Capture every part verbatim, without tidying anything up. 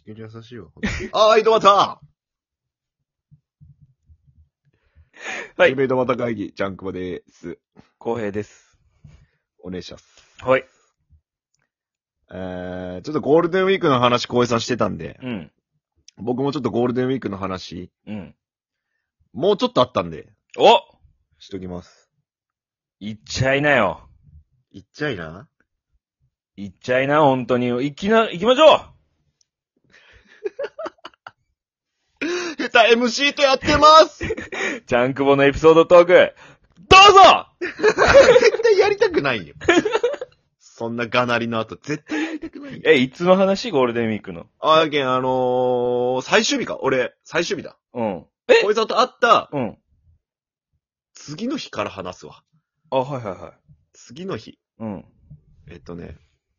急に優しいわ。あーい、どうもたはいイベントまた会議、ジャンクボでーす。 公平です。 お願いします。 はい。 えー、ちょっとゴールデンウィークの話、公平さんしてたんで、 うん。 僕もちょっとゴールデンウィークの話、 うん。 もうちょっとあったんで、 おしときます。 行っちゃいなよ。 いっちゃいな。 行っちゃいな、本当に。行きな、行きましょ下手 エムシー とやってますうジャンクボのエピソードトーク、どうぞ絶対やりたくないよ。そんながなりの後、絶対やりたくないよ。 え、いつの話ゴールデンウィークの。 あーやけん、あのー、最終日か。俺、最終日だ。 うん。え小井さんと会った、 うん。 次の日から話すわ。 あ、はいはいはい。 次の日。 うん。 えっとね。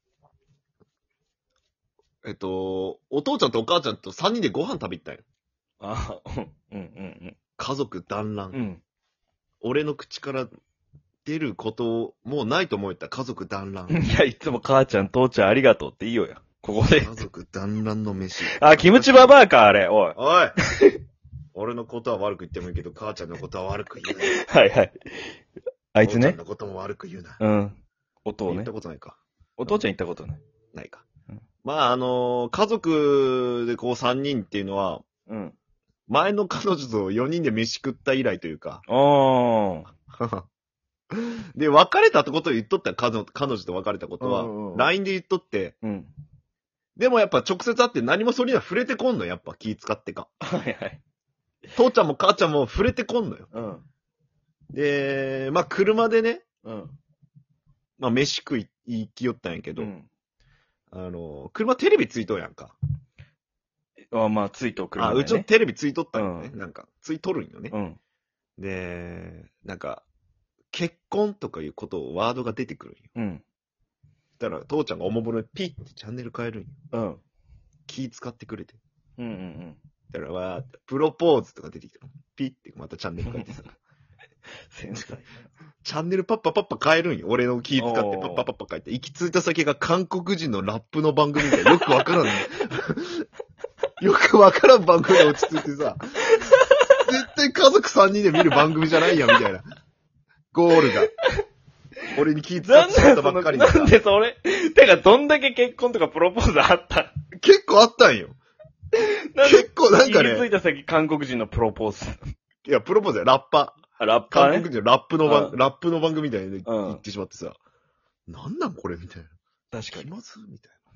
えっと、お父ちゃんとお母ちゃんとさんにんでご飯食べ行ったんよ。 あ、うん、うん、 家族団らん。 うん。うん。 俺の口から出ることもうないと思えた家族団らん。 いや、いつも母ちゃん、父ちゃんありがとうって言いようや。ここで。 家族団らんの飯。 あ、キムチババアか、あれ。おい。 おい俺のことは悪く言ってもいいけど、母ちゃんのことは悪く言うな。 はいはい。あいつね父ちゃん。のことも悪く言うな。 うん。音をね言った。ことないか。 お父ちゃん言ったことない。 ないか。 うんまあ、あのー家族でこうさんにんっていうのは、 うん。 前の彼女とよにんで飯食った以来というか、 おー。 で、別れたってことを言っとった彼女彼女と別れたことは、 うんうんうんライン で言っとって、 うん。 でもやっぱ直接会って何もそれには触れてこんの、やっぱ気使ってか。 はいはい。 父ちゃんも母ちゃんも触れてこんのよ。 うん。 で、まあ車でね、 うん。 まあ飯食い行きよったんやけど、 うん。 あの、車テレビついとんやんか。 あ、まあ、ついとくる、ね。 あ、うちのテレビついとったんよね。 うなんか、ついとるんよね。 うん。 で、なんか、結婚とかいうことをワードが出てくるんよ。 うん。 だから、父ちゃんがおもむろにピッてチャンネル変えるんよ。 うん。 気使ってくれて。 うんうんだから、わーって、プロポーズとか出てきたの。ピッてまたチャンネル変えてさ。 繊細。 チャンネルパッパパッパ変えるんよ。俺の気使っておーパッパパッパ変えて。行き着いた先が韓国人のラップの番組でよくわからんの。よくわからん番組で落ち着いてさ。絶対家族さんにんで見る番組じゃないや、みたいな。ゴールが。俺に気使なんってしまったでその、 ばっかりでさなんでそれ、てか、どんだけ結婚とかプロポーズあった結構あったんよ。 なんで結構なんか気づいね。 た先、韓国人のプロポーズ。 いや、プロポーズや、ラッパー。 あ、ラッパーね。 韓国人のラップの番、 うんラップの番組みたいにうん言ってしまってさ。なんなんこれみたいな。 確かに。っ気まずみたいな。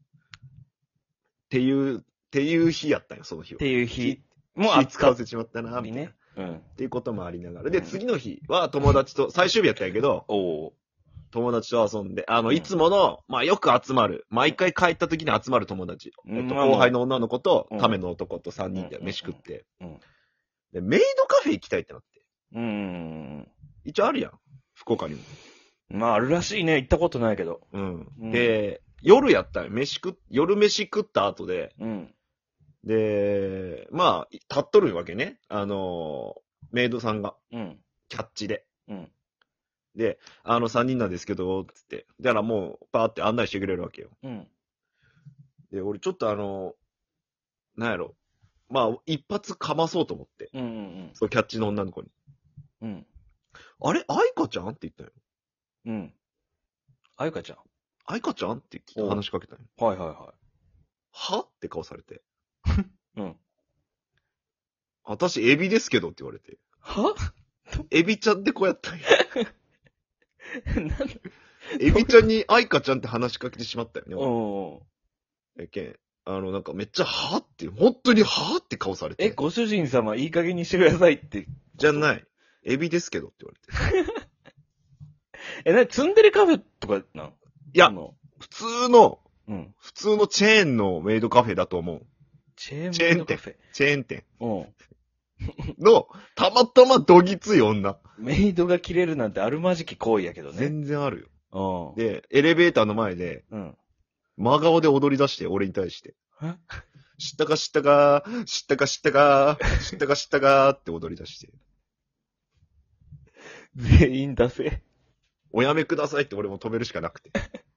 っていう、っていう日やったんよ、その日は。 ていう日も気あった使わせちまったな、みたいな。 りね。うん。 っていうこともありながら。で、 うん次の日は友達と、最終日やったんやけど、 おー。 友達と遊んで、あの、 うんいつもの、まあ、よく集まる、毎回帰った時に集まる友達。えっと、 うんまあ後輩の女の子とうん、 ための男とさんにんで飯食ってうんうん。 で、メイドカフェ行きたいってなって。 うんうん一応あるやん。福岡にも。 うん。まあ、あるらしいね。行ったことないけど。 うん。 うんで、夜やったんよ。飯食っ、夜飯食った後で、 うん。 で、まあ、立っとるわけね。あのーメイドさんが、 うん。 キャッチで。 うん。 で、あのさんにんなんですけど、つって。だからもう、パーって案内してくれるわけよ。 うん。 で、俺ちょっとあの、なんやろ。まあ、一発かまそうと思って。 うんうんそう、キャッチの女の子に。 うん。 あれ愛花ちゃんって言ったよ。 うん。うん。あゆかちゃん。 愛花ちゃんって話しかけたよ。 はいはいははって顔されて。 い。うん。 私、エビですけどって言われて。 はエビちゃんって子やったんや。 なんだエビちゃんに愛花ちゃんって話しかけてしまったよね。 おー。 やけん、あの、なんかめっちゃ、はって、本当にはって顔されて。 え、ご主人様、いい加減にしてくださいって。 じゃない。エビですけどって言われて。 え、なに、ツンデレカフェとかなんいやあの普通の、 うん。 普通のチェーンのメイドカフェだと思う。 チェーンチェーン店メイドカフェ。 チェーン店うん。 の、たまたまどぎつい女。 メイドが切れるなんてあるまじき行為やけどね。 全然あるよ。 うん。 で、エレベーターの前で、 うん。 真顔で踊り出して、俺に対して。 え知ったか知ったか、知ったか知ったか、知ったか知ったかって踊り出して。 全員出せ。 おやめくださいって俺も止めるしかなくて。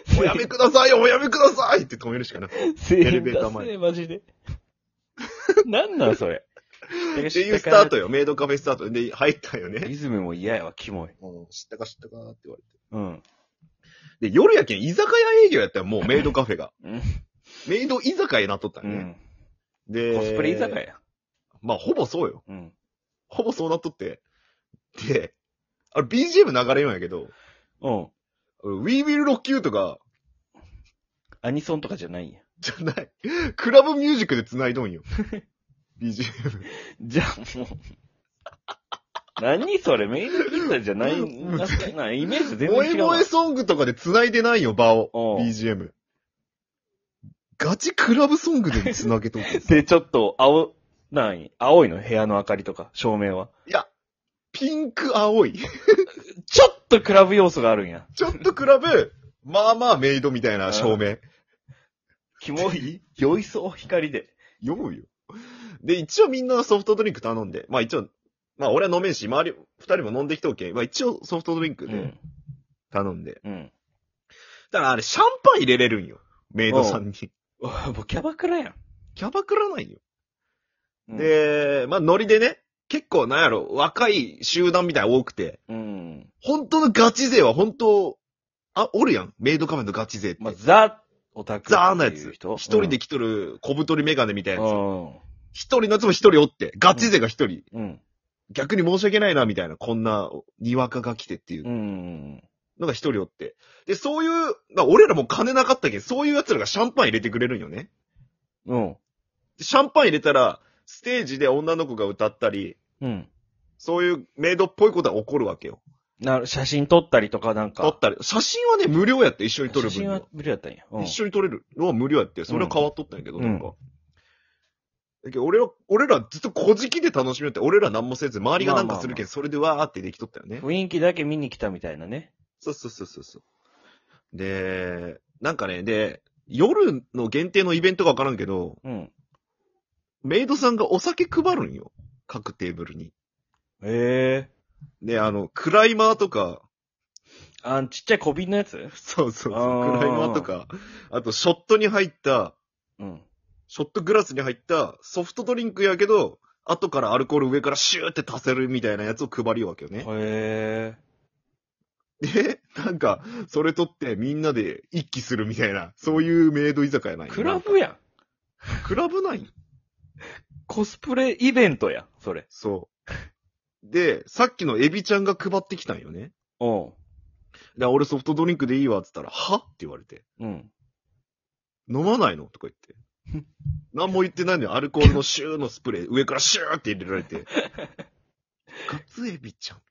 おやめくださいよ、おやめくださいって止めるしかなくて。 セエレベーター前ーマジで。なんなんそれ。 っていうスタートよ。メイドカフェスタートで入ったよね。 リズムも嫌やわ、キモい。 うん、知ったか知ったかって言われて。 うん。 で、夜やけん、居酒屋営業やったよ、もうメイドカフェが。 うん。 メイド居酒屋になっとったよね。 うん。 で、 コスプレ居酒屋や。 まあ、ほぼそうよ。 うん。 ほぼそうなっとって。で、あれ ビージーエム 流れるんやけど、 うん。 We Will Rock You とか、 アニソンとかじゃないんや。 じゃない。クラブミュージックで繋いどんよ。ビージーエム。 じゃあもう。何それメイド喫茶じゃないんだってな、イメージ全然違うわ。 萌え萌えソングとかで繋いでないよ、場を。 うんビージーエム。ガチクラブソングで繋げとってさ。 で、ちょっと、青、何青いの部屋の明かりとか、照明は。 いや、ピンク青い。 ちょっとクラブ要素があるんや。 ちょっとクラブ、まあまあメイドみたいな照明。 キモい酔いそう、光で。 酔うよ。で、一応みんなソフトドリンク頼んで、まあ一応、まあ俺は飲めんし、周り、二人も飲んできとけ。まあ一応ソフトドリンクでうん。 頼んで。 うん。 だからあれシャンパン入れれるんよ。メイドさんに。 うわもうキャバクラやん。 キャバクラないよ。 うん、 で、まあノリでね、結構なんやろ、若い集団みたいなの多くて、 うん。 本当のガチ勢は本当、あ、おるやん。メイドカフェのガチ勢って。 まあ、ザ、オタク。 ザーのやつ。 人一人で来とる小太りメガネみたいなやつ。 うん。 一人のやつも一人おって、ガチ勢が一人。 うん。 逆に申し訳ないな、みたいな、こんな、にわかが来てっていううん。 のが一人おって。で、そういう、まあ俺らも金なかったけど、そういう奴らがシャンパン入れてくれるんよね。 うん。 でシャンパン入れたら、ステージで女の子が歌ったり、 うん。 そういうメイドっぽいことは起こるわけよ。 なる、写真撮ったりとかなんか。 撮ったり。写真はね、無料やって、一緒に撮る分には写真は。無理だったんや。うん。 一緒に撮れるのは無料やって、それは変わっとったんやけど、 うんなんか。だけど俺は、俺らずっと小じきで楽しみよって、俺ら何もせず、周りがなんかするけん、それでわーってできとったよね。 雰囲気だけ見に来たみたいなね。 そうそうそうそうそう。で、なんかね、で、夜の限定のイベントがわからんけど、 うん。 メイドさんがお酒配るんよ。各テーブルに。 へえ。 で、あの、クライマーとか、 あん、ちっちゃい小瓶のやつそうそうそう、 あークライマーとか、あと、ショットに入った、 うん。 ショットグラスに入ったソフトドリンクやけど、後からアルコール上からシューって足せるみたいなやつを配りようわけよね。 へえ。 で、なんか、それ取ってみんなで一気するみたいな、そういうメイド居酒屋ない。 クラブやん。 クラブないコスプレイベントやん、それ。 そう。で、さっきのエビちゃんが配ってきたんよね。 うん。 で、俺ソフトドリンクでいいわって言ったら、はって言われて。 うん。 飲まないのとか言って。何も言ってないのにアルコールのシューのスプレー上からシューって入れられて。ガツエビちゃんって。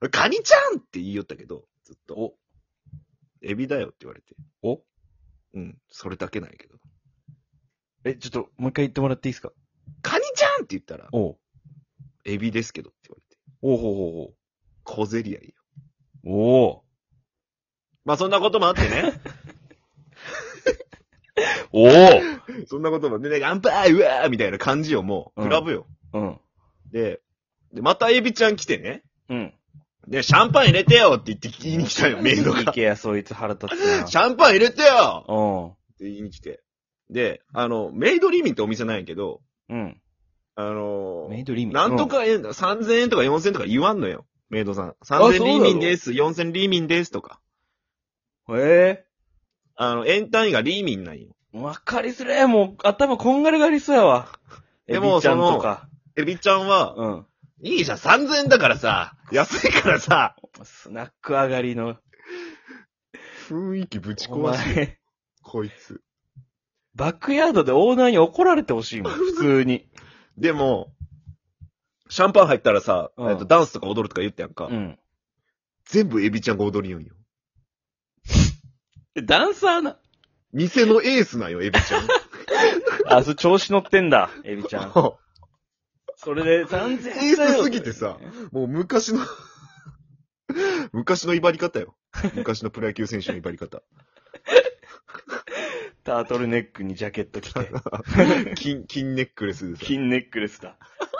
カニちゃんって言いよったけど、ずっと。 お。 エビだよって言われて。 おうん、それだけないけど。 え、ちょっと、もう一回言ってもらっていいですか？ カニちゃんって言ったら、 おう。 エビですけどって言われて。 おうほうほうほう。 小競り合いよ。 おお。 まあそんなこともあってね。 おお。 そんなこともね、乾杯うわーみたいな感じよ、もう。クラブよ。 うん。 で、で、またエビちゃん来てね。 うん。 で、シャンパン入れてよって言って言いに来たよ、メイドが。 いけや、そいつ腹立つな。 シャンパン入れてようって言いに来て。で、あの、メイドリミンってお店なんやけど、 ん。うん。 あのー、 メイドリミンなんとか円、さんぜんえんとかよんせんとか言わんのよ。メイドさん。さんぜんリーミンです、よんせんリーミンですとか。 うん。へあの、円単位がリーミンなんよ。 え。わかりづれえ。もう、頭こんがりがりそうやわ。 でもエビちゃんとか。 エビちゃんは、 うん。 いいじゃん、さんぜんえんだからさ、安いからさ、 スナック上がりの。 雰囲気ぶちお壊すよ、 前、 こいつ。 バックヤードでオーナーに怒られてほしいもん、普通に。 でも、シャンパン入ったらさ、 うんえっと、ダンスとか踊るとか言ってやんか。 うん。 全部エビちゃんが踊りよんよ。 えダンサーな。 店のエースなんよ、エビちゃん。 あ、それ調子乗ってんだ、エビちゃん。それでさんぜんえんだよ。 エースすぎてさ、もう昔の、昔の威張り方よ。昔のプロ野球選手の威張り方。 タートルネックにジャケット着て。 金、金ネックレスでさ。 金ネックレスだ。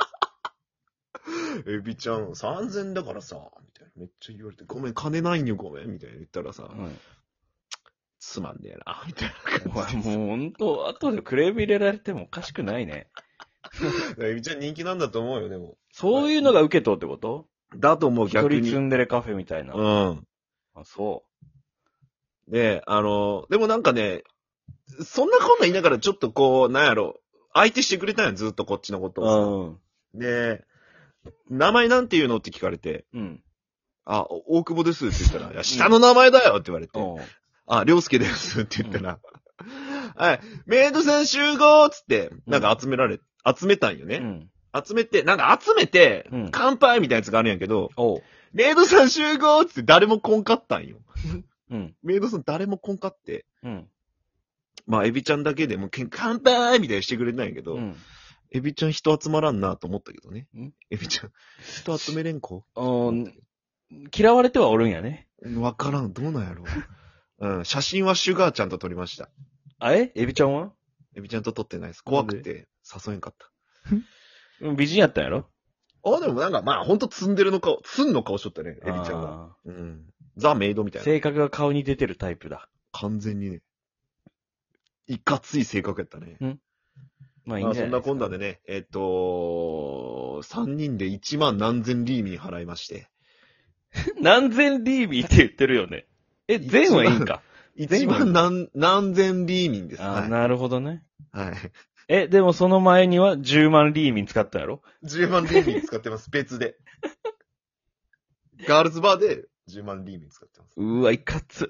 エビちゃん、さんぜんだからさ、みたいな。めっちゃ言われて、ごめん、金ないんよ、ごめん、みたいな言ったらさ、 うん。 つまんねえな、みたいなお前感じで。 もうほんと、後でクレーム入れられてもおかしくないね。 エビちゃん人気なんだと思うよ、でも。 そういうのが受け取ってこと？ だと思う、 一逆に。 人ツンデレカフェみたいな。 うん。 あ、そで、あの、でもなんかね、そんなこんな言いながらちょっとこう、なんやろ、相手してくれたんや、ずっとこっちのことう。 をさ。で、名前なんて言うのって聞かれて、 うん。うん。 あ、大久保ですって言ったら、いや、下の名前だよって言われて、 おうあ、良介ですって言ったら、はい、メイドさん集合っつって、なんか集められ、集めたんよね。 うん。 集めて、なんか集めて、 うん乾杯みたいなやつがあるんやけど、 おう。 メイドさん集合っつって誰も来んかったんよ。 うん。 メイドさん誰も来んかって、 うん。 まあ、エビちゃんだけでもう、けん乾杯みたいにしてくれたんやけど、 うん。 エビちゃん人集まらんなと思ったけどね。 んエビちゃん、人集めれん子うん嫌われてはおるんやね。 わからん、どうなんやろう。うん、写真はシュガーちゃんと撮りました。 あれエビちゃんはエビちゃんと撮ってないです。怖くて誘えんかった。 うん美人やったんやろあ、でもなんか、まあ、ほんとツンデレの顔、ツンの顔しとったね、エビちゃんが。 あうん。ザ・メイドみたいな。 ー性格が顔に出てるタイプだ。 完全にね。いかつい性格やったね。 まあいいまあ、 んじゃないですか。 そんなこんなでね、えっと、さんにんでいちまん何千リーミン払いまして。 何千リービーって言ってるよね。え、全はいいんか。 いちまん何、何千リーミンです。 あーはい。 なるほどね。 はい。 え、でもその前にはじゅうまんリーミン使ったやろじゅうまんリーミン使ってます、別で。ガールズバーでじゅうまんリーミン使ってます。 うーわ、いかつ。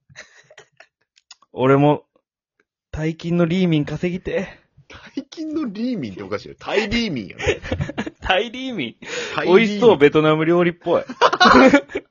俺も、大金のリーミン稼ぎて。 大金のリーミンっておかしいよ。タイリーミンやろ。 タイリーミン。 タイリーミン美味しそう、ベトナム料理っぽい。